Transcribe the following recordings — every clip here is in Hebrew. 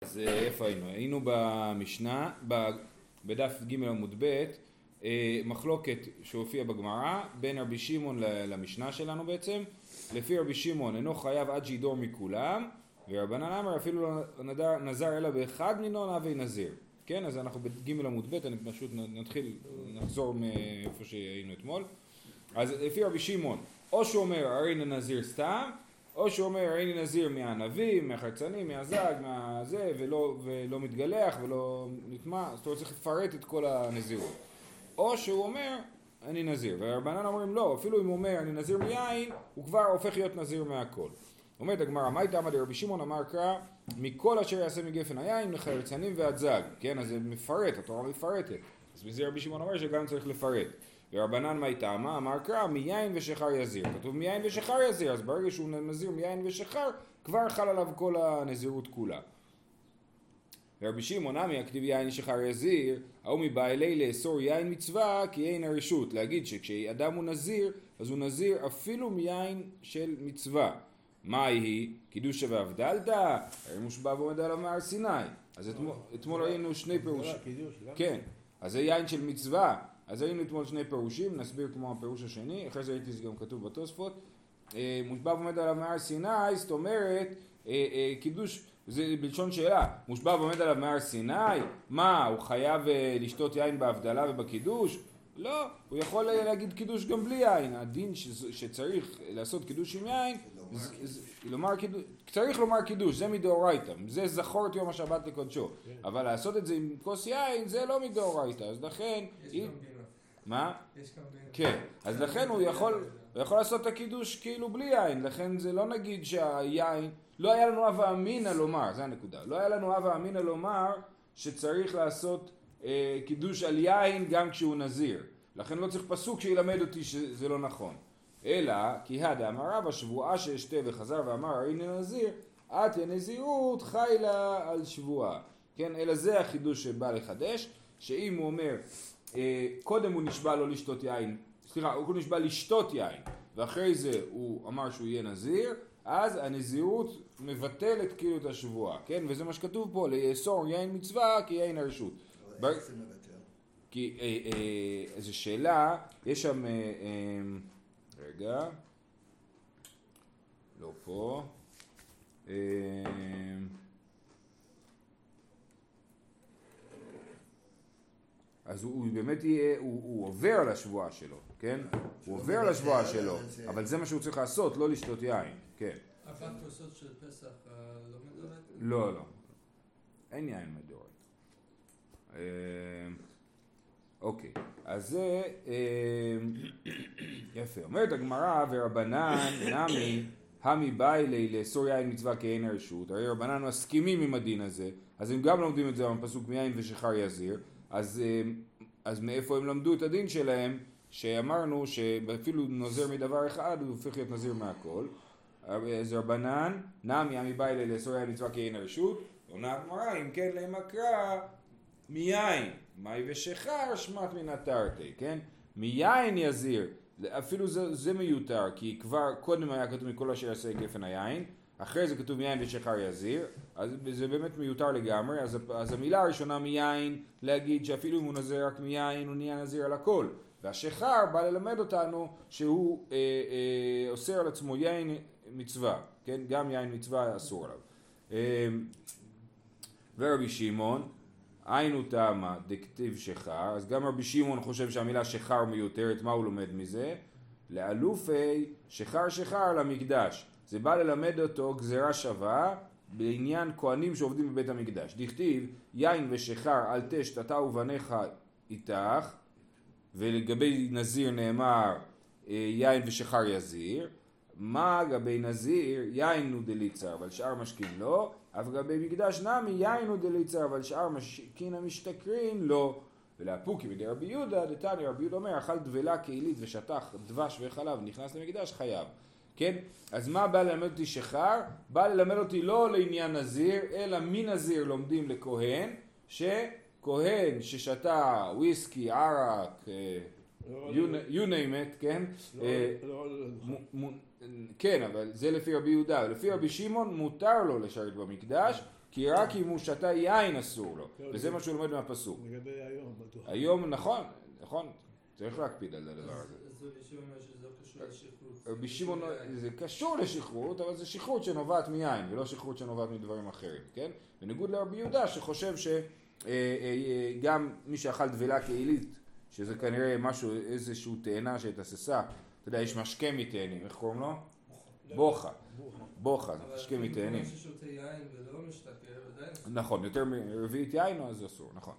אז איפה היינו? היינו במשנה, בדף ג' עמוד ב', מחלוקת שהופיעה בגמרא בין רבי שמעון למשנה שלנו בעצם. לפי רבי שמעון אינו חייב עד שידור מכולם, ורבנן אמר אפילו נזר אלא באחד מינו נהווה נזיר. כן, אז אנחנו בג' עמוד ב', אני פשוט נחזור מאיפה שהיינו אתמול. אז לפי רבי שמעון, או שהוא אומר הרי נזיר סתם, או שהוא אומר הרי נזיר מהענבים, מהחרצנים, מהזג, מהזה, ולא מתגלח ולא נטמע, זאת אומרת צריך לפרט את כל הנזירות. או שהוא אומר אני נזיר, והרבנן אומרים לא, אפילו אם הוא אומר אני נזיר מיין, הוא כבר הופך להיות נזיר מהכל. אומרת הגמרא, מה הייתה רבי שמעון אמר קרא, מכל אשר יעשה מגפן היין, לחרצנים ועד זג, כן, אז זה מפרט, התורה מפרטת, אז בזה רבי שמעון אומר שגם צריך לפרט. ורבנן מה הייתה, מה אמר קרא, מיין ושחר יזיר, כתוב מיין ושחר יזיר, אז ברגע שהוא נזיר מיין ושחר, כבר חל עליו כל הנזירות כולה. ורבי שמעון אמי הכתיב יין שחר יזיר, ההוא מבא אלי לאסור יין מצווה כי אין הרשות, להגיד שכשאדם הוא נזיר, אז הוא נזיר אפילו מיין של מצווה. מה היא? קידוש והבדלתא, הרי מושבע ועומד עליו מהר סיני. אז אתמול ראינו שני פירושים. כן, אז זה יין של מצווה. אז ראינו אתמול שני פירושים, נסביר כמו הפירוש השני, אחרי זה ראיתי גם כתוב בתוספות. מושבע ועומד עליו מהר סיני, זאת אומרת, קידוש, זה בלשון שאלה, מושבע ועומד עליו מהר סיני, מה, הוא חייב לשתות יין בהבדלה ובקידוש? לא, הוא יכול להגיד קידוש גם בלי יין. הדין שצריך לעשות קידוש עם יין, צריך לומר קידוש, זה מדאורייתא, זה זכור את יום השבת לקודשו, אבל לעשות את זה עם כוס יין זה לא מדאורייתא, אז לכן... מה? כן, אז לכן הוא יכול לעשות את הקידוש כאילו בלי יין, לכן זה לא נגיד שהיין, לא היה לנו הווה אמינא לומר, זה הנקודה, לא היה לנו הווה אמינא לומר שצריך לעשות קידוש על יין גם כשהוא נזיר, לכן לא צריך פסוק שילמד אותי שזה לא נכון. אלא כי הדאמר רבא שבועה שאשתה וחזר ואמר הנה נזיר, עטיה נזירות חי לה על שבועה. כן, אלא זה החידוש שבא לחדש, שאם הוא אומר קודם הוא נשבע לא לשתות יין, סליחה, הוא נשבע לשתות יין, ואחרי זה הוא אמר שהוא יהיה נזיר, אז הנזירות מבטלת כאילו את השבועה, כן? וזה מה שכתוב פה, לאסור יין מצווה כי יין הרשות. כי איזו שאלה, יש שם, רגע, לא פה, אז הוא באמת יהיה, הוא עובר על השבועה שלו, כן? הוא עובר על השבועה שלו, אבל זה מה שהוא צריך לעשות, לא לשתות יין, כן. אבל כוסות של פסח לא מדורית? לא, לא. אין יין מדורית. אוקיי, אז זה יפה. אומרת הגמרא ורבנן נמי המי באי לי לאסור יין מצווה כי אין הרשות. הרי רבנן מסכימים עם הדין הזה, אז הם גם לומדים את זה בפסוק מיין ושחר יזיר. אז מאיפה הם למדו את הדין שלהם, שאמרנו שאפילו נוזר מדבר אחד הוא הופך להיות נזיר מהכל. אז רבנן נמי המי באי לי לאסור יין מצווה כי אין הרשות. עונה הגמרא אם כן להם הקרא מיין מאי ושחר שמט מן התרתי, כן? מיין יזיר, אפילו זה מיותר, כי כבר קודם היה כתוב מכל אשר יעשה גפן היין, אחרי זה כתוב מיין ושחר יזיר, אז זה באמת מיותר לגמרי, אז המילה הראשונה מיין, להגיד שאפילו אם הוא נזיר רק מיין, הוא נהיה נזיר על הכל, והשחר בא ללמד אותנו שהוא אוסר על עצמו יין מצווה, כן? גם יין מצווה אסור עליו. ורבי שמעון, היינו טעמה דכתיב שחר, אז גם רבי שמעון חושב שהמילה שחר מיותרת, מה הוא לומד מזה? לאלופי שחר שחר למקדש, זה בא ללמד אותו גזרה שווה בעניין כהנים שעובדים בבית המקדש. דכתיב יין ושחר אל תשתה ובניך איתך, ולגבי נזיר נאמר יין ושחר יזיר. מה גבי נזיר? יין הוא דליצר, אבל שאר משכין לא. אף גבי מקדש נמי יין הוא דליצר, אבל שאר משכין המשתכרין לא. ולהפוקי בידי רבי יהודה, דתני רבי יהודה אומר, אכל דבלה קהילית ושטח דבש וחלב, נכנס למקדש חייב. כן? אז מה בא ללמד אותי שחר? בא ללמד אותי לא לעניין נזיר, אלא מנזיר לומדים לכהן, שכהן ששתה וויסקי, ערק, you name it, כן? כן, אבל זה לפי רבי יהודה. לפי רבי שמעון מותר לו לשרת במקדש, כי רק אם הוא שתה יין אסור לו, וזה מה שהוא לומד מהפסוק. לגבי היום, בטוח. היום, נכון, צריך להקפיד על הדבר הזה. אז רבי שמעון אומר שזה לא קשור לשכרות. רבי שמעון, זה קשור לשכרות, אבל זה שכרות שנובעת מיין, ולא שכרות שנובעת מדברים אחרים, כן? בניגוד לרבי יהודה שחושב שגם מי שאכל דבלה כעילית, שזה כנראה משהו, איזשהו תאנה שהתאססה, אתה יודע, יש משקה מתאנים, איך קוראים לו? בוכה, זה משקה מתאנים. אבל מי ששותה יין ולא משתכר, עדיין... נכון, יותר מרביעית יין, אז זה אסור, נכון.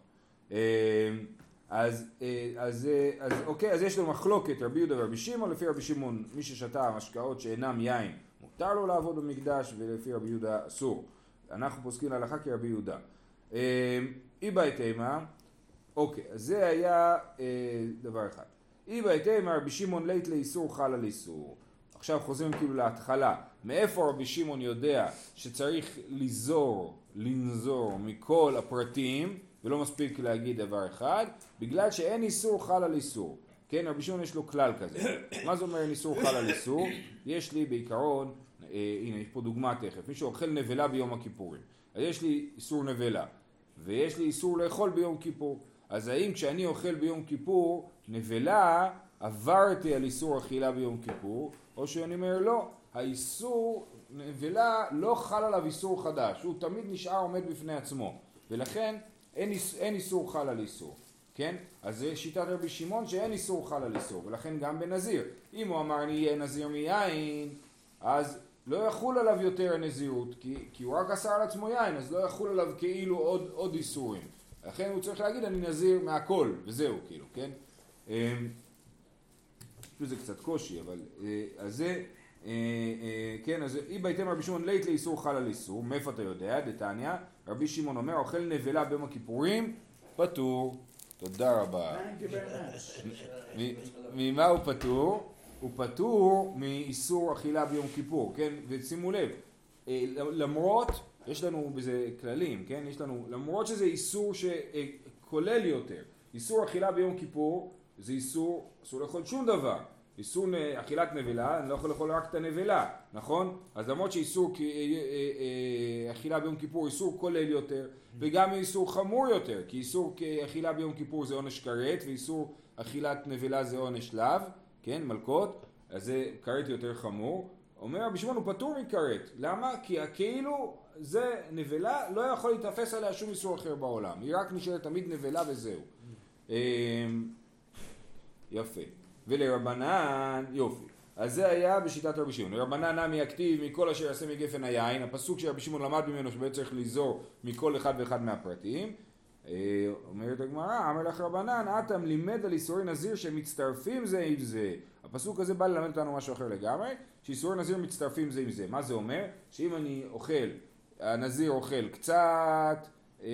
אז אוקיי, אז יש לנו מחלוקת רבי יהודה ורבי שמעון. לפי רבי שמעון מי ששתה משקאות שאינם יין מותר לו לעבוד במקדש, ולפי רבי יהודה אסור. אנחנו פוסקים להלכה כרבי יהודה. איבאי תימא, אוקיי, אז זה היה דבר אחד. איבאי תימא רבי שמעון לית לאיסור חל על איסור. עכשיו חוזרים כאילו להתחלה. מאיפה רבי שמעון יודע שצריך לנזור מכל הפרטים, ולא מספיק להגיד דבר אחד, בגלל שאין איסור חל על איסור. כן, רבי שמעון יש לו כלל כזה. מה זה אומר אין איסור חל על איסור? יש לי בעיקרון, הנה יש פה דוגמה תכף, מישהו אוכל נבלה ביום הכיפורים. אז יש לי איסור נבלה, ויש לי איסור לאכול ביום כיפור. אז האם כשאני אוכל ביום כיפור נבלה, עברתי על איסור אכילה ביום כיפור, או שאני אומר לא, האיסור נבלה לא חל עליו איסור חדש, הוא תמיד נשאר עומד בפני עצמו, ולכן אין איסור חל על איסור, כן? אז זה שיטת רבי שמעון שאין איסור חל על איסור, ולכן גם בנזיר, אם הוא אמר אני אהיה נזיר מיין, אז לא יחול עליו יותר הנזירות, כי הוא רק עשה על עצמו יין, אז לא יחול עליו כאילו עוד איסורים, לכן הוא צריך להגיד אני נזיר מהכל, וזהו כאילו, כן? זה קצת קושי, אבל אז זה, כן, אז איבאי תימא רבי שמעון לית לאיסור חל על איסור. מאיפה אתה יודע? דתניא, רבי שמעון אומר אוכל נבלה ביום הכיפורים פטור. תודה רבה. ממה הוא פטור? הוא פטור מאיסור אכילה ביום כיפור, כן? ושימו לב, למרות, יש לנו בזה כללים, כן? יש לנו, למרות שזה איסור שכולל יותר, איסור אכילה ביום כיפור זה איסור, אסור לאכול שום דבר. איסור אכילת נבלה, אני לא יכול לאכול רק את הנבלה, נכון? אז למרות שאיסור אכילה ביום כיפור איסור כולל יותר, וגם איסור חמור יותר, כי איסור אכילה ביום כיפור זה עונש כרת, ואיסור אכילת נבלה זה עונש לאו, כן, מלכות, אז זה כרת יותר חמור. אומר רבי שמעון הוא פטור מכרת, למה? כי כאילו זה נבלה, לא יכול להתאפס עליה שום איסור אחר בעולם, היא רק נשארת תמיד נבלה וזהו. יפה. ולרבנן, יופי. אז זה היה בשיטת רבי שמעון. לרבנן נמי הכתיב מכל אשר יעשה מגפן היין, הפסוק שרבי שמעון למד ממנו שבעצם צריך ליזור מכל אחד ואחד מהפרטים. אומרת הגמרא, אמר לך רבנן, אתם לימד על איסורי נזיר שמצטרפים זה עם זה. הפסוק הזה בא ללמד אותנו משהו אחר לגמרי, שאיסורי נזיר מצטרפים זה עם זה. מה זה אומר? שאם אני אוכל, הנזיר אוכל קצת,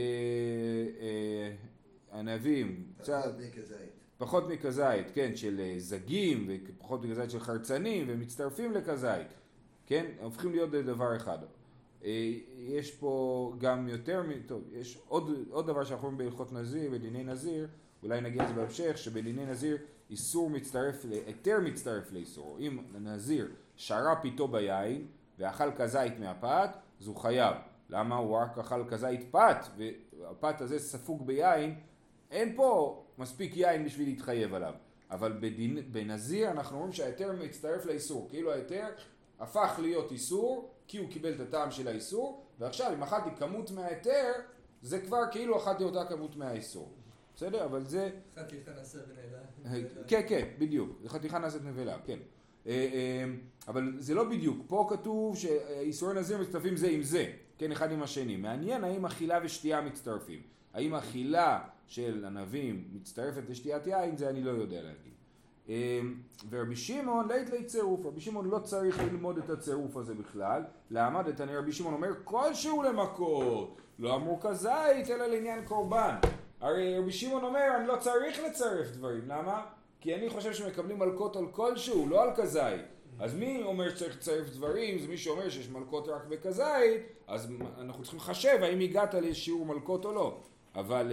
ענבים, קצת... פחות מכזית, כן, של זגים ופחות מכזית של חרצנים ומצטרפים לכזית, כן, הופכים להיות דבר אחד. יש פה גם יותר, טוב, יש עוד דבר שאנחנו רואים בהלכות נזיר, בדיני נזיר, אולי נגיע לזה בהמשך, שבדיני נזיר איסור מצטרף, היתר מצטרף לאיסור. אם נזיר שרה פיתו ביין ואכל כזית מהפת, אז הוא חייב. למה? הוא רק אכל כזית פת, והפת הזה ספוג ביין, אין פה מספיק יין בשביל להתחייב עליו. אבל בנזיר אנחנו רואים שההיתר מצטרף לאיסור. כאילו ההיתר הפך להיות איסור, כי הוא קיבל את הטעם של האיסור, ועכשיו אם אכלתי כמות מההיתר, זה כבר כאילו אכלתי אותה כמות מהאיסור. בסדר? אבל זה... חתיכה נעשה בנבלה. כן, כן, בדיוק. זה חתיכה נעשית נבלה, כן. אבל זה לא בדיוק. פה כתוב שאיסורי נזיר מצטרפים זה עם זה, כן, אחד עם השני. מעניין האם אכילה ושתייה מצטרפים. האם אכילה של ענבים מצטרפת לשתיית יין, זה אני לא יודע להגיד. ורבי שמעון לית צירוף, רבי שמעון לא צריך ללמוד את הצירוף הזה בכלל. למה? דתניא רבי שמעון אומר כלשהו למכות, לא אמרו כזית אלא לעניין קורבן. הרי רבי שמעון אומר אני לא צריך לצרף דברים, למה? כי אני חושב שמקבלים מלכות על כלשהו, לא על כזית. אז מי אומר שצריך לצרף דברים? זה מי שאומר שיש מלכות רק בכזית, אז אנחנו צריכים לחשב האם הגעת לשיעור מלכות או לא. אבל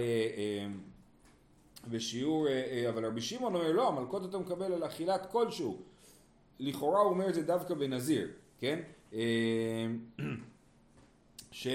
בשיעור, אבל רבי שמעון אומר לא, המלכות אתה מקבל על אכילת כלשהו. לכאורה הוא אומר את זה דווקא בנזיר, כן?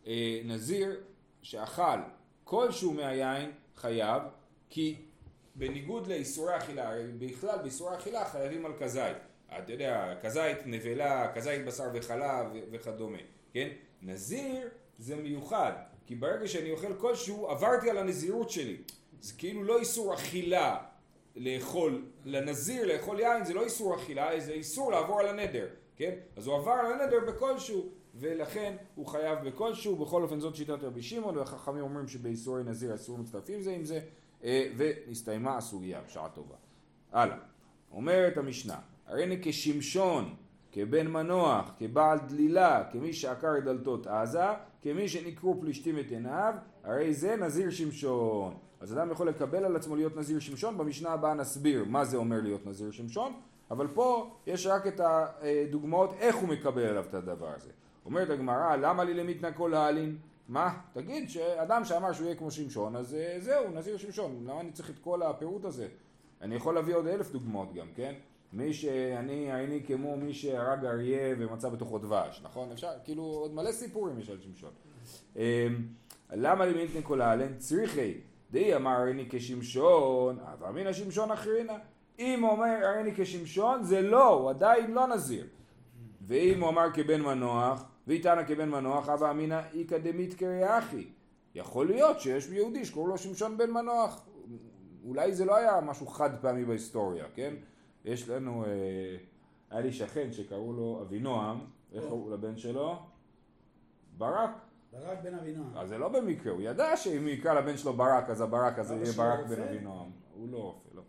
נזיר שאכל כלשהו מהיין חייב, כי בניגוד לאיסורי אכילה, בכלל באיסורי אכילה חייבים על כזית. אתה יודע, כזית נבלה, כזית בשר וחלב וכדומה, כן? נזיר זה מיוחד, כי ברגע שאני אוכל כלשהו עברתי על הנזירות שלי. זה כאילו לא איסור אכילה לאכול, לנזיר לאכול יין זה לא איסור אכילה, זה איסור לעבור על הנדר, כן? אז הוא עבר על הנדר בכלשהו, ולכן הוא חייב בכלשהו. בכל אופן זאת שיטת רבי שמעון, והחכמים אומרים שבאיסורי נזיר אסור מצטרפים זה עם זה, והסתיימה הסוגיה, בשעה טובה. הלאה, אומרת המשנה, הריני כשמשון, כבן מנוח, כבעל דלילה, כמי שעקר את דלתות עזה, כמי שנקרו פלישתים את עיניו, הרי זה נזיר שמשון. אז אדם יכול לקבל על עצמו להיות נזיר שמשון, במשנה הבאה נסביר מה זה אומר להיות נזיר שמשון, אבל פה יש רק את הדוגמאות איך הוא מקבל עליו את הדבר הזה. אומרת הגמרא, למה לי למתנה כל העלין? מה? תגיד שאדם שאמר שהוא יהיה כמו שמשון, אז זהו, נזיר שמשון. למה אני צריך את כל הפירוט הזה? אני יכול להביא עוד 1000 דוגמאות גם, כן? אני כמו מי שהרג אריה ומצא בתוכו דבש, נכון? אפשר, כאילו עוד מלא סיפורים יש על שמשון. למה לי מתנה כל העלין? צריכי, די אמר הריני כשמשון, אבל מן השמשון אחרינה. אם הוא אומר הריני כשמשון, זה לא, הוא עדיין לא נזיר. ואם הוא אמר כבן מנוח, ואיתנה כבן מנוח, אבא אמינא איכא דמית קריאחי. יכול להיות שיש יהודי שקוראים לו שמשון בן מנוח. אולי זה לא היה משהו חד פעמי בהיסטוריה, כן? יש לנו, היה לי שכן שקראו לו אבינועם, איך קראו לבן שלו? ברק. ברק בן אבינועם. אז זה לא במקרה, הוא ידע שאם יקרא לבן שלו ברק, אז הברק הזה יהיה ברק בן אבינועם. הוא לא אופה, לא.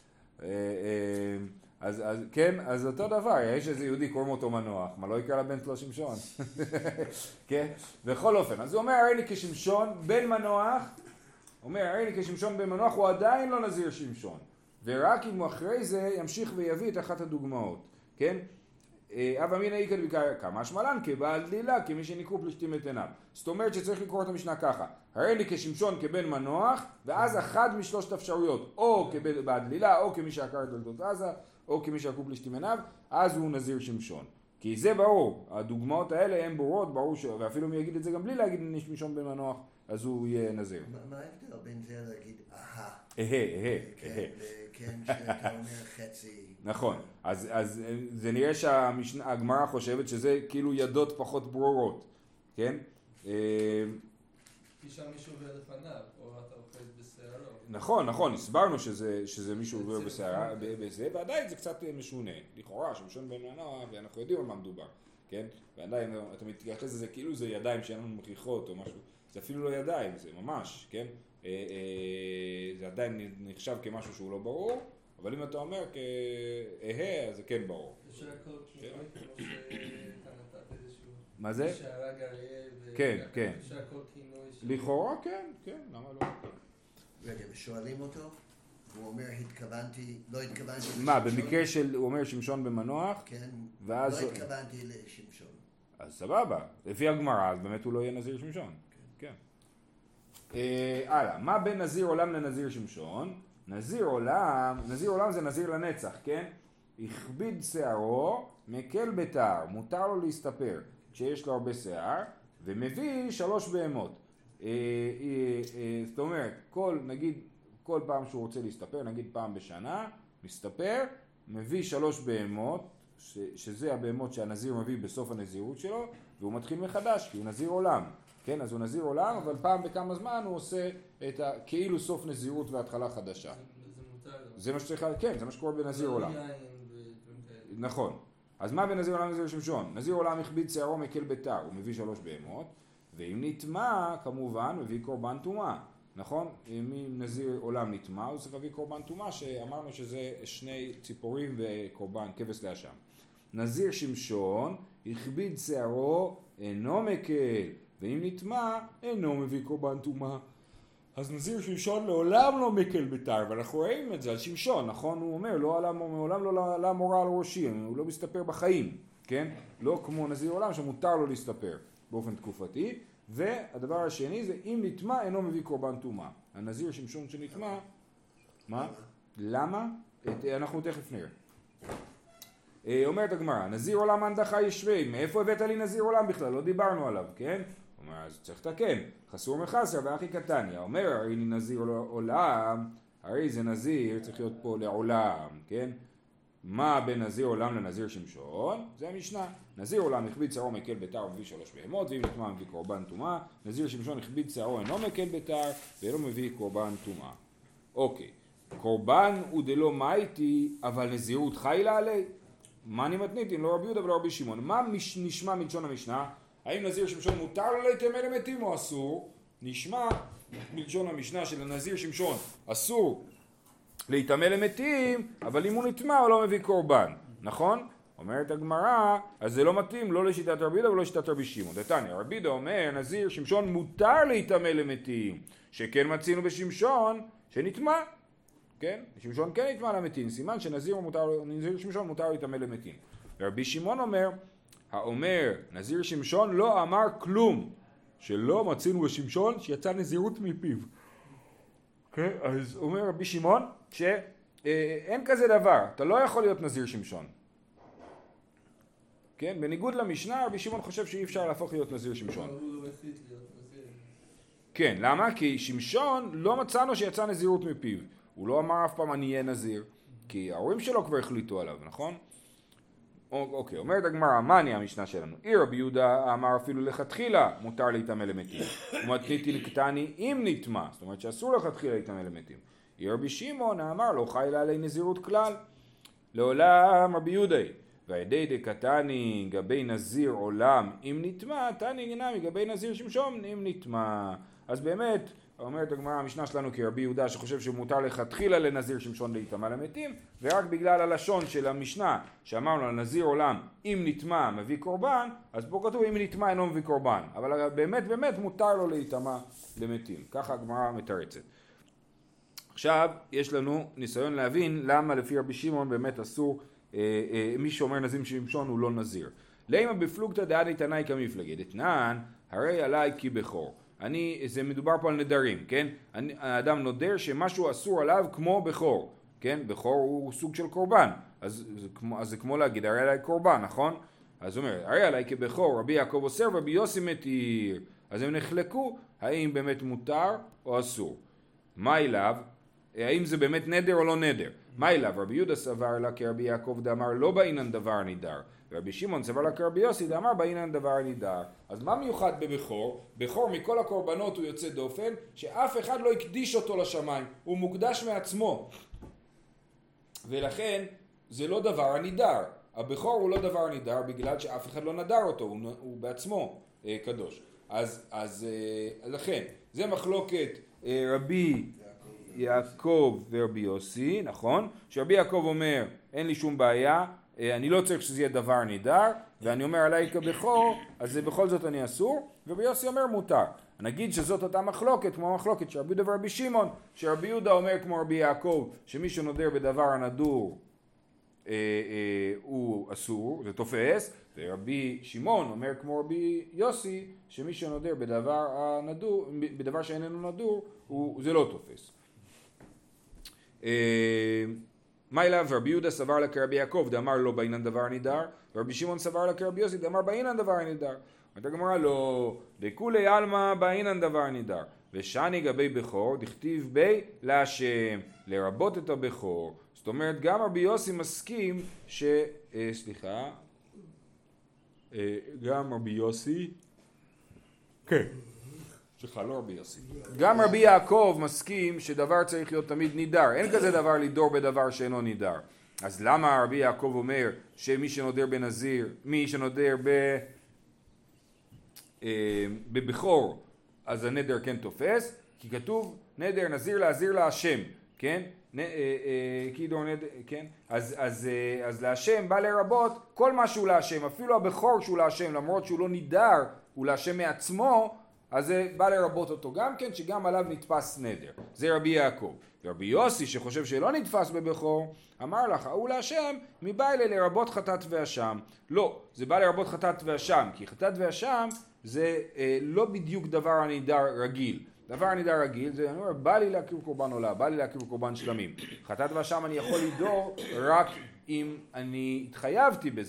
אז כן, אז אותו דבר, יש איזה יהודי קוראים אותו מנוח, מה לא יקרא לבן שלו שמשון? כן? בכל אופן, אז הוא אומר הריני כשמשון בן מנוח, אומר הריני כשמשון בן מנוח, הוא עדיין לא נזיר שמשון, ורק אם הוא אחרי זה ימשיך ויביא את אחת הדוגמאות, כן? אבא אמינא איכא דביקריא כמה שמלן כבעל דלילה, כמי שנקרו פלישתים את עיניו. זאת אומרת שצריך לקרוא את המשנה ככה, הריני כשמשון כבן מנוח, ואז אחד משלושת אפשרויות, או כבעל דלילה, או כמי שעקר את דלתות עזה, או כמי שעקרו פלישתים עיניו, אז הוא נזיר שמשון. כי זה ברור, הדוגמאות האלה הן ברורות, ברור ואפילו מי יגיד את זה גם בלי להגיד שמשון בן מנוח, אז הוא יהיה נזיר. מה ההבדל בין זה להגיד כן, שאתה אומר חצי. נכון, אז זה נראה שהגמרא חושבת שזה כאילו ידות פחות ברורות, כן? כי שם מישהו עובר לפניו, או אתה אוכל בשערו. נכון, הסברנו שזה מישהו עובר בשערה, בזה, ועדיין זה קצת משונה, לכאורה, שמשון בן מנוח, ואנחנו יודעים על מה מדובר, כן? ועדיין אתה מתייחס לזה כאילו זה ידיים שאין לנו מכריחות או משהו, זה אפילו לא ידיים, זה ממש, כן? זה עדיין נחשב כמשהו שהוא לא ברור, אבל אם אתה אומר אז זה כן ברור. אפשר הכל כינוי, כמו שאתה נתת איזשהו... מה זה? שהרג אריה כן. אפשר הכל כינוי... לכאורה כן, למה לא? רגע, ושואלים אותו, הוא אומר לא התכוונתי... מה, במקרה הוא אומר שמשון במנוח? כן, ואז... לא התכוונתי לשמשון. אז סבבה, לפי הגמרא, אז באמת הוא לא יהיה נזיר שמשון. כן. הלאה, מה בין נזיר עולם לנזיר שמשון? נזיר עולם זה נזיר לנצח, כן? הכביד שערו, מקל בתער, מותר לו להסתפר כשיש לו הרבה שיער, ומביא 3 בהמות. זאת אומרת, כל פעם שהוא רוצה להסתפר, נגיד פעם בשנה, מסתפר, מביא 3 בהמות, שזה הבהמות שהנזיר מביא בסוף הנזירות שלו, והוא מתחיל מחדש, כי הוא נזיר עולם. כן, אז הוא נזיר עולם, אבל פעם בכמה זמן הוא עושה את כאילו סוף נזירות והתחלה חדשה. זה מותר. זה מה שצריך, כן, זה מה שקורה בנזיר עולם. נכון. אז מה בנזיר עולם לנזיר שמשון? נזיר עולם הכביד שערו מקל בתער, הוא מביא 3 בהמות, ואם נטמע, כמובן, מביא קורבן טומאה. נכון? אם נזיר עולם נטמע, הוא צריך להביא קורבן טומאה, שאמרנו שזה 2 ציפורים וקורבן כבש לאשם. נזיר שמשון, הכביד שערו, אינו מקל. ואם נטמע, אינו מביא קורבן טומאה. אז נזיר שמשון לעולם לא מקל בתער, ואנחנו רואים את זה על שמשון, נכון? הוא אומר, מעולם לא עלה מורה על ראשי, הוא לא מסתפר בחיים, כן? לא כמו נזיר עולם שמותר לו להסתפר באופן תקופתי. והדבר השני זה, אם נטמע, אינו מביא קורבן טומאה. הנזיר שמשון שנטמע, מה? למה? אנחנו תכף נראה. אומרת הגמרא, נזיר עולם הנדחה ישרי, מאיפה הבאת לי נזיר עולם בכלל? לא דיברנו עליו, כן? אומר, אז צריך לתקן, חסור מחסר ואחי קטניה. אומר, הרי אני נזיר עולם, הרי זה נזיר, צריך להיות פה לעולם, כן? מה בין נזיר עולם לנזיר שמשון? זה המשנה. נזיר עולם הכביד שערו מקל ביתר ומביא 3 בהמות, ואם נטמא מביא קורבן טומאה. נזיר שמשון הכביד שערו אינו מקל ביתר ואינו מביא קורבן טומאה. אוקיי, קורבן הוא דלא מייטי, אבל נזירות חיילה עלי. מה אני מתניתין? לא רבי יהודה ולא רבי שמעון. מה נשמע מלשון המשנה? האם נזיר שמשון מותר לו להיטמא למתים או אסור? נשמע מלשון המשנה של הנזיר שמשון אסור להיטמא למתים, אבל אם הוא נטמא הוא לא מביא קורבן, נכון? אומרת הגמרא, אז זה לא מתאים לא לשיטת רבי יהודה ולא לשיטת רבי שמעון. דתניא, רבי יהודה אומר, נזיר שמשון מותר להיטמא למתים, שכן מצינו בשמשון שנטמא, כן? שמשון כן נטמא למתים, סימן שנזיר שמשון מותר להיטמא למתים. ורבי שמעון אומר, האומר נזיר שמשון לא אמר כלום, שלא מצינו בשמשון שיצא נזירות מפיו. כן? אז אומר רבי שמעון שאין כזה דבר, אתה לא יכול להיות נזיר שמשון. כן? בניגוד למשנה, רבי שמעון חושב שאי אפשר להפוך להיות נזיר שמשון. כן, למה? כי שמשון לא מצאנו שיצא נזירות מפיו. הוא לא אמר אף פעם אני אהיה נזיר, כי ההורים שלו כבר החליטו עליו, נכון? אוקיי, אומרת הגמרא, מה אני המשנה שלנו? רבי יהודה אמר אפילו לכתחילה מותר להיטמא למתים. ומתניתין קטני אם נטמא, זאת אומרת שאסור לכתחילה להיטמא למתים. רבי שמעון אמר לא חיילה עלי נזירות כלל. לעולם רבי יהודה, והידי דקטני גבי נזיר עולם אם נטמא, תני נמי גבי נזיר שמשון אם נטמא. אז באמת, אומרת הגמרא המשנה שלנו כרבי יהודה שחושב שמותר לכתחילה לנזיר שמשון להיטמא למתים, ורק בגלל הלשון של המשנה שאמרנו לנזיר עולם אם נטמא מביא קורבן, אז פה כתוב אם נטמא אינו מביא קורבן, אבל באמת מותר לו להיטמא למתים. ככה הגמרא מתרצת. עכשיו יש לנו ניסיון להבין למה לפי רבי שמעון באמת אסור, מי שאומר נזיר שמשון הוא לא נזיר. למה בפלוגתא דעדי תנאי כמפלגה דתנן הרי עליי כי בכור. זה מדובר פה על נדרים, כן? האדם נודר שמשהו אסור עליו כמו בכור, כן? בכור הוא סוג של קורבן, אז זה כמו להגיד הרי עליי קורבן, נכון? אז הוא אומר, הרי עליי כבכור, רבי יעקב אוסר ורבי יוסי מתיר. אז הם נחלקו האם באמת מותר או אסור. מה אליו? האם זה באמת נדר או לא נדר? מה אליו? רבי יהודה סבר לה כרבי יעקב דאמר לא באינן דבר נידר. ורבי שמעון סבר לה כרבי יוסי דאמר באינן דבר נידר. אז מה מיוחד בבכור? בכור מכל הקורבנות הוא יוצא דופן, שאף אחד לא הקדיש אותו לשמיים, הוא מוקדש מעצמו. ולכן זה לא דבר הנידר. הבכור הוא לא דבר נידר בגלל שאף אחד לא נדר אותו, הוא בעצמו קדוש. אז לכן, זה מחלוקת רבי יעקב ורבי יוסי, נכון? שרבי יעקב אומר, אין לי שום בעיה, אני לא צריך שזה יהיה דבר נידר, ואני אומר עליי כבכור, אז בכל זאת אני אסור, ורבי יוסי אומר מותר. נגיד שזאת אותה מחלוקת, כמו המחלוקת של רבי יהודה ורבי שמעון, שרבי יהודה אומר כמו רבי יעקב, שמי שנודר בדבר הנדור הוא אסור, זה תופס, ורבי שמעון אומר כמו רבי יוסי, שמי שנודר בדבר שאיננו נדור, זה לא תופס. מה אליו? רבי יהודה סבר לה כרבי יעקב דאמר לא באינן דבר נידר, ורבי שמעון סבר לה כרבי יוסי דאמר באינן דבר נידר. אומרת הגמרא לא, דכולי עלמא באינן דבר נידר, ושני גבי בכור דכתיב בי להשם, לרבות את הבכור. זאת אומרת גם רבי יוסי מסכים גם רבי יוסי, כן, לא רבי יוסי. גם רבי יעקב מסכים שדבר צריך להיות תמיד נידר. אין כזה דבר לדור בדבר שאינו נידר. אז למה רבי יעקב אומר שמי שנודר בנזיר, מי שנודר בבכור, אז הנדר כן תופס? כי כתוב נדר נזיר להזיר להשם, כן? כן? אז להשם בא לרבות כל מה שהוא להשם, אפילו הבכור שהוא להשם, למרות שהוא לא נידר, הוא להשם מעצמו, אז זה בא לרבות אותו גם כן, שגם עליו נתפס נדר. זה רבי יעקב. ורבי יוסי שחושב שלא נתפס בבכור, אמר לך, הוא להשם מבא אלה לרבות חטאת ואשם. לא, זה בא לרבות חטאת ואשם, כי חטאת ואשם זה לא בדיוק דבר הנידר רגיל. דבר הנידר רגיל זה, אני אומר, בא לי להקריב קורבן עולה, בא לי להקריב קורבן שלמים. חטאת ואשם אני יכול לדור רק אם אני התחייבתי בזה.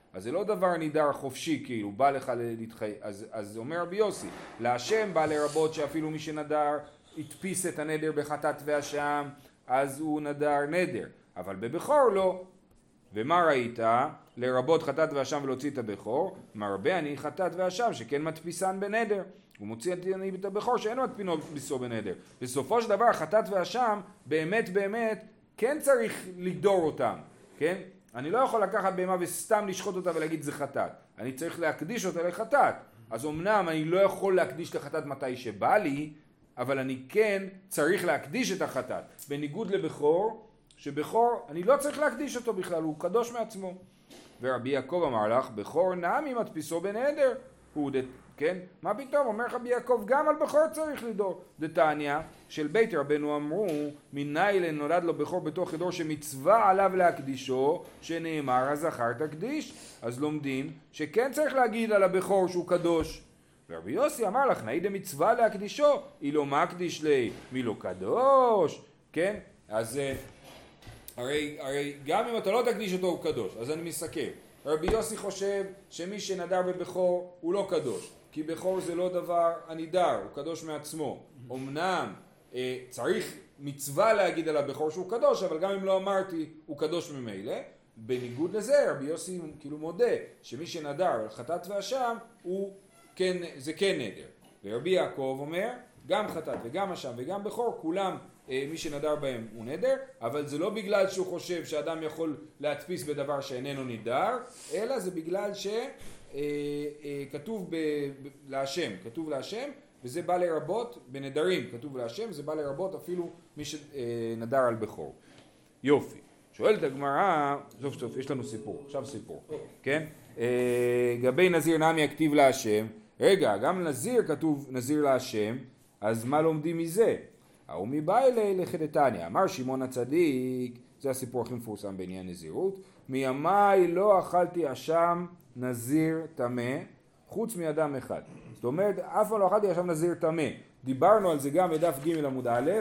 אז זה לא דבר נידר חופשי, כאילו, בא לך להתחייב. אז אומר רבי יוסי, להשם בא לרבות שאפילו מי שנדר הדפיס את הנדר בחטאת ואשם, אז הוא נדר נדר, אבל בבכור לא. ומה ראית? לרבות חטאת ואשם ולהוציא את הבכור, מרבה אני חטאת ואשם שכן מדפיסן בנדר. הוא מוציא אני את הבכור שאין מדפיסו בנדר. בסופו של דבר חטאת ואשם באמת כן צריך לדור אותם, כן? אני לא יכול לקחת בהמה וסתם לשחוט אותה ולהגיד זה חטאת. אני צריך להקדיש אותה לחטאת. אז אמנם אני לא יכול להקדיש לחטאת מתי שבא לי, אבל אני כן צריך להקדיש את החטאת. בניגוד לבכור, שבכור אני לא צריך להקדיש אותו בכלל, הוא קדוש מעצמו. ורבי יעקב אמר לך, בכור נמי מדפיסו בנדר. כן? מה פתאום? אומר רבי יעקב, גם על בכור צריך לדור. דתניא של בית רבנו אמרו, מניין נולד לו בכור בתוך חדור שמצווה עליו להקדישו, שנאמר הזכר תקדיש. אז לומדים שכן צריך להגיד על הבכור שהוא קדוש. ורבי יוסי אמר לך, נאי דמצווה להקדישו, היא לא מקדיש לי, מי לא קדוש, כן? אז הרי גם אם אתה לא תקדיש אותו הוא קדוש, אז אני מסכם. רבי יוסי חושב שמי שנדר בבכור הוא לא קדוש, כי בכור זה לא דבר הנידר, הוא קדוש מעצמו. אמנם צריך מצווה להגיד על הבכור שהוא קדוש, אבל גם אם לא אמרתי הוא קדוש ממילא. בניגוד לזה רבי יוסי כאילו מודה שמי שנדר על חטאת ואשם זה כן נדר. ורבי יעקב אומר גם חטאת וגם אשם וגם בכור כולם מי שנדר בהם הוא נדר, אבל זה לא בגלל שהוא חושב שאדם יכול להדפיס בדבר שאיננו נדר, אלא זה בגלל שכתוב להשם, כתוב להשם, וזה בא לרבות בנדרים, כתוב להשם, זה בא לרבות אפילו מי שנדר על בכור. יופי. שואלת הגמרא, סוף יש לנו סיפור, עכשיו סיפור, כן? גבי נזיר נמי הכתיב להשם, רגע, גם נזיר כתוב נזיר להשם, אז מה לומדים מזה? ההוא מבעילי לחדתניא, אמר שמעון הצדיק, זה הסיפור הכי מפורסם בעניין נזירות, מימיי לא אכלתי אשם נזיר טמא, חוץ מאדם אחד. זאת אומרת, אף פעם לא אכלתי אשם נזיר טמא. דיברנו על זה גם בדף ג' עמוד א',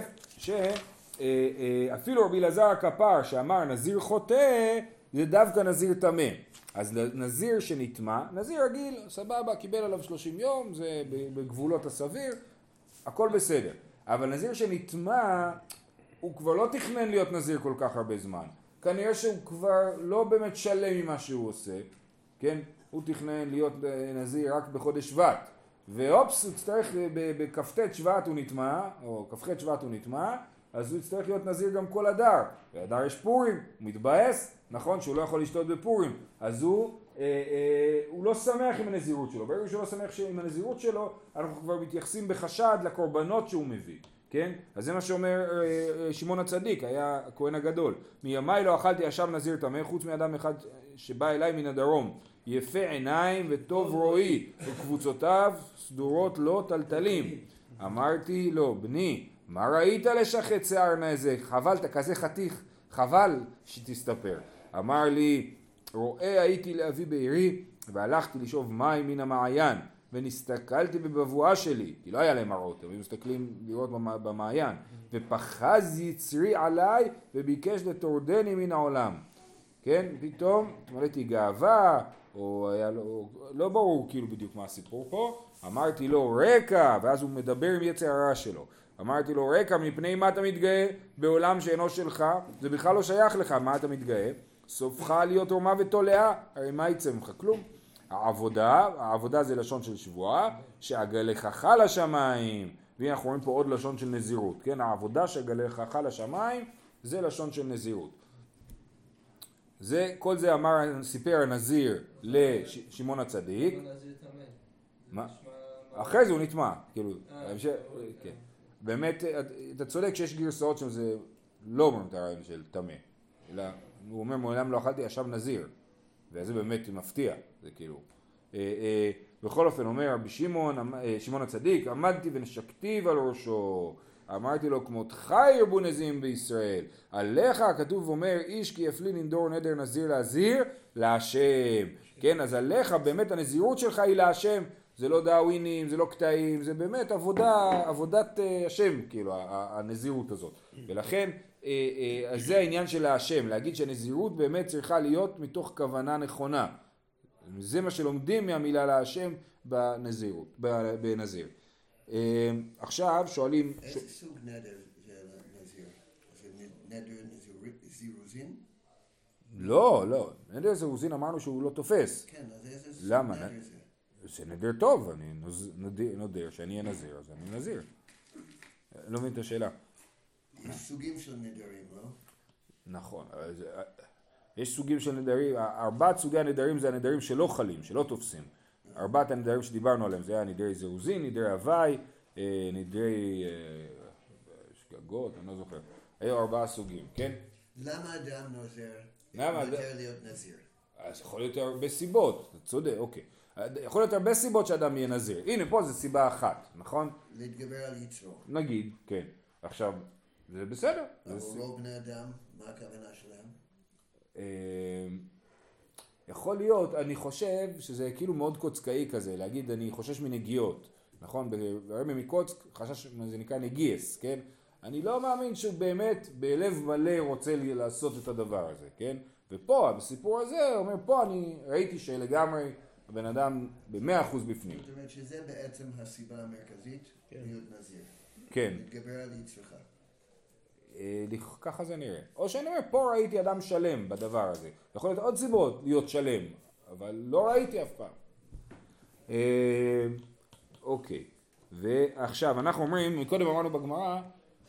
שאפילו רבי אלעזר הכפר שאמר נזיר חוטא, זה דווקא נזיר טמא. אז נזיר שנטמא, נזיר רגיל, סבבה, קיבל עליו 30 יום, זה בגבולות הסביר, הכל בסדר. אבל נזיר שנטמא, הוא כבר לא תכנן להיות נזיר כל כך הרבה זמן. כנראה שהוא כבר לא באמת שלם ממה שהוא עושה, כן? הוא תכנן להיות נזיר רק בחודש שבט. ואופס, הוא צריך בכ"ט שבט הוא נטמא, או כ"ח שבט הוא נטמא, אז הוא יצטרך להיות נזיר גם כל אדר. באדר יש פורים, הוא מתבאס, נכון שהוא לא יכול לשתות בפורים, אז הוא לא שמח עם הנזירות שלו. ברגע שהוא לא שמח עם הנזירות שלו, אנחנו כבר מתייחסים בחשד לקורבנות שהוא מביא, כן? אז זה מה שאומר שמעון הצדיק, היה הכהן הגדול. מימיי לא אכלתי אשם נזיר טמא, חוץ מאדם אחד שבא אליי מן הדרום, יפה עיניים וטוב רואי, וקבוצותיו סדורות לא טלטלים. אמרתי לו, בני, מה ראית לשחט שיער נזה? חבלת כזה חתיך, חבל שתסתפר. אמר לי, רואה הייתי לאבי בעירי, והלכתי לשאוב מים מן המעיין, ונסתכלתי בבבואה שלי, כי לא היה להם מראות, הם מסתכלים לראות במעיין, ופחז יצרי עליי, וביקש לטורדני מן העולם. כן, פתאום התמלאתי גאווה, או היה לו, לא ברור כאילו בדיוק מה הסיפור פה, אמרתי לו רקע, ואז הוא מדבר עם יצר הרע שלו, אמרתי לו רקע, מפני מה אתה מתגאה בעולם שאינו שלך, זה בכלל לא שייך לך, מה אתה מתגאה? סופך להיות רומה ותולעה, הרי מה יצא ממך? כלום. העבודה זה לשון של שבועה, שעגלך לשמיים, והנה אנחנו רואים פה עוד לשון של נזירות, כן? העבודה שעגלך לשמיים זה לשון של נזירות. כל זה סיפר הנזיר לשמעון הצדיק. מה? אחרי זה הוא נטמא, כאילו, כן. באמת, אתה צודק שיש גרסאות שזה לא אומרים את הרעיון של טמא, אלא הוא אומר מעולם לא אכלתי אשם נזיר, וזה באמת מפתיע, זה כאילו. בכל אופן אומר רבי שמעון הצדיק, עמדתי ונשקתי על ראשו, אמרתי לו כמותך ירבו נזירים בישראל, עליך הכתוב אומר איש כי יפלין לנדור נדר נזיר להזיר להשם, כן, אז עליך באמת הנזירות שלך היא להשם, זה לא דאווינים, זה לא קטעים, זה באמת עבודת השם, כאילו, הנזירות הזאת. ולכן, אז זה העניין של השם, להגיד שהנזירות באמת צריכה להיות מתוך כוונה נכונה. זה מה שלומדים מהמילה להשם בנזירות, בנזיר. עכשיו שואלים... איזה סוג נדר זה נזיר? זה נדר זירוזין? לא, נדר זירוזין אמרנו שהוא לא תופס. כן, אז איזה סוג למה? נדר זה? זה נדר טוב, אני נודר שאני אהיה נזיר, אז אני נזיר. לא מבין את השאלה. יש סוגים של נדרים, לא? נכון, יש סוגים של נדרים, 4 סוגי הנדרים זה הנדרים שלא חלים, שלא תופסים. 4 הנדרים שדיברנו עליהם, זה היה נדרי זירוזין, נדרי הוואי, נדרי שגגות, אני לא זוכר. היו 4 סוגים, כן? למה אדם נוזר? למה נותר להיות נזיר? אז יכול להיות הרבה סיבות, אתה צודק, אוקיי. יכול להיות הרבה סיבות שאדם יהיה נזיר. הנה פה זה סיבה אחת, נכון? להתגבר על יצרו. נגיד, כן. עכשיו, זה בסדר. אבל רוב בני אדם, מה הכוונה שלהם? יכול להיות, אני חושב שזה כאילו מאוד קוצקאי כזה, להגיד אני חושש מנגיעות, נכון? ברמי מקוצק חשש, זה נקרא נגיאס, כן? אני לא מאמין שהוא באמת בלב מלא רוצה לעשות את הדבר הזה, כן? ופה, בסיפור הזה, אומר פה אני ראיתי שלגמרי הבן אדם ב100% בפנים. זאת אומרת שזה בעצם הסיבה המרכזית להיות נזיר. כן. להתגבר על יצרך. ככה זה נראה. או שאני אומר, פה ראיתי אדם שלם בדבר הזה. יכול להיות עוד סיבות להיות שלם, אבל לא ראיתי אף פעם. אוקיי. ועכשיו, אנחנו אומרים, מקודם אמרנו בגמרא,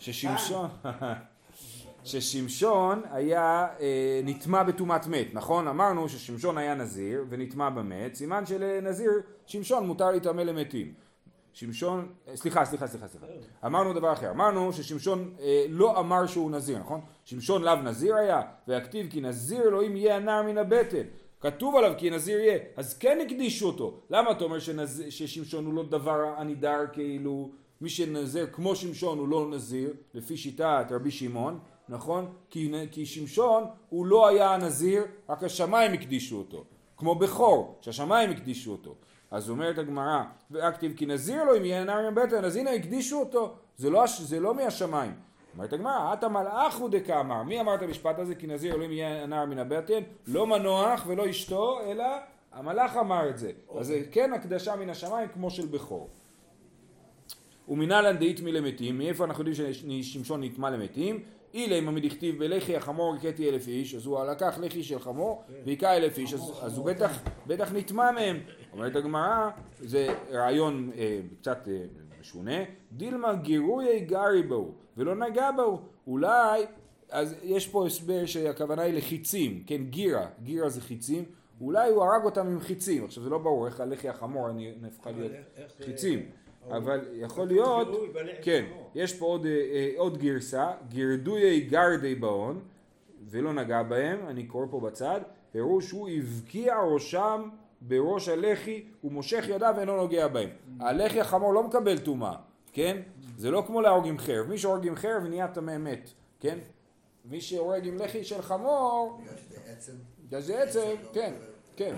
ששמשון היה נטמע בטומאת מת, נכון? אמרנו ששמשון היה נזיר ונטמע במת, סימן שלנזיר שמשון מותר להתאמה למתים. שמשון, סליחה. אמרנו דבר אחר. אמרנו ששמשון לא אמר שהוא נזיר, נכון? שמשון לאו נזיר היה, והכתיב כי נזיר אלוהים יהיה הנער מן הבטן. כתוב עליו כי נזיר יהיה, אז כן הקדישו אותו. למה אתה אומר ששמשון הוא לא דבר הנידר כאילו, מי שנזיר כמו שמשון הוא לא נזיר, לפי שיטת רבי שמעון, נכון? כי שמשון הוא לא היה נזיר, רק השמיים הקדישו אותו. כמו בכור, שהשמיים הקדישו אותו. אז אומרת הגמרא, והכתיב כי נזיר אלוהים יהיה הנער מן הבטן, אז הנה הקדישו אותו, זה לא מהשמיים. אומרת הגמרא, אתה מלאך הוא דקאמר, מי אמר את המשפט הזה כי נזיר אלוהים יהיה הנער מן הבטן? לא מנוח ולא אשתו, אלא המלאך אמר את זה. אז זה כן הקדשה מן השמיים כמו של בכור. ומנהלן דאיטמי למתים, מאיפה אנחנו יודעים ששמשון נטמע למתים? אילם המדכתיב בלחי החמור הכיתי 1,000 איש, אז הוא לקח לחי של חמור והיכה 1,000 איש, אז הוא בטח נטמע מהם. אומרת הגמרא, זה רעיון קצת משונה, דילמה גירוי גרי בו ולא נגע בו, אולי, אז יש פה הסבר שהכוונה היא לחיצים, כן, גירה זה חיצים, אולי הוא הרג אותם עם חיצים, עכשיו זה לא ברור איך הלחי החמור נהפכה להיות חיצים. אבל יכול להיות, כן, יש פה עוד גרסה, גירדויי גרדי באון, ולא נגע בהם, אני קורא פה בצד, פירוש הוא הבקיע ראשם בראש הלחי, הוא מושך ידיו ואינו נוגע בהם. הלחי החמור לא מקבל טומאה, כן? זה לא כמו להורג עם חרב, מי שהורג עם חרב נהיה טמא מת, כן? מי שהורג עם לחי של חמור, זה עצם, כן.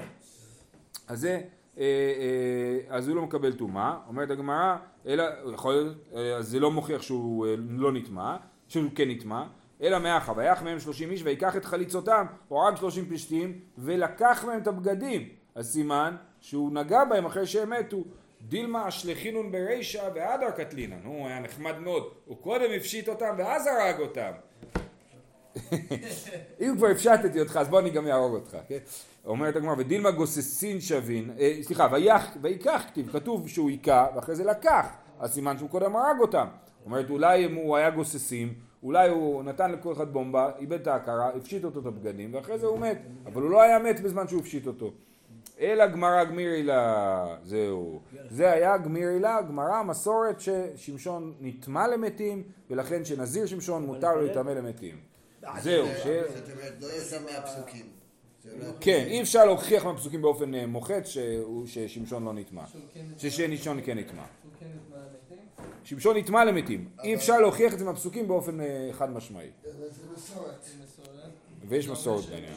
אז הוא לא מקבל טומאה, אומרת הגמרא, אלא יכול להיות, אז זה לא מוכיח שהוא לא נטמע, שהוא כן נטמע, אלא מאחה, ויח מהם 30 איש ויקח את חליצותם, הורג 30 פלישתים ולקח מהם את הבגדים, אז סימן שהוא נגע בהם אחרי שהם מתו. דילמה אשלחינון ברישה והדר קטלינן, הוא היה נחמד מאוד, הוא קודם הפשיט אותם ואז הרג אותם. אם כבר הפשטתי אותך אז בוא אני גם יהרוג אותך, כן? אומרת הגמרא, ודילמה גוססין שווין, סליחה, ויקח כתוב שהוא ייקח ואחרי זה לקח, אז סימן שהוא קודם הרג אותם. אומרת אולי הוא היה גוססים, אולי הוא נתן לכל אחד בומבה, איבד את ההכרה, הפשיט אותו את הבגדים ואחרי זה הוא מת, אבל הוא לא היה מת בזמן שהוא הפשיט אותו. אלא גמרא גמירי לה, זהו, זה היה גמירי לה, גמרא מסורת ששמשון נטמע למתים ולכן שנזיר שמשון מותר לו להתאמה למתים. זהו, זאת אומרת, לא יוצא מהפסוקים. כן, אי אפשר להוכיח מהפסוקים באופן מוחץ ששמשון לא נטמע. ששמשון כן נטמע. שמשון נטמע למתים. אי אפשר להוכיח את זה מהפסוקים באופן חד משמעי. זה מסורת. ויש מסורת בעניין.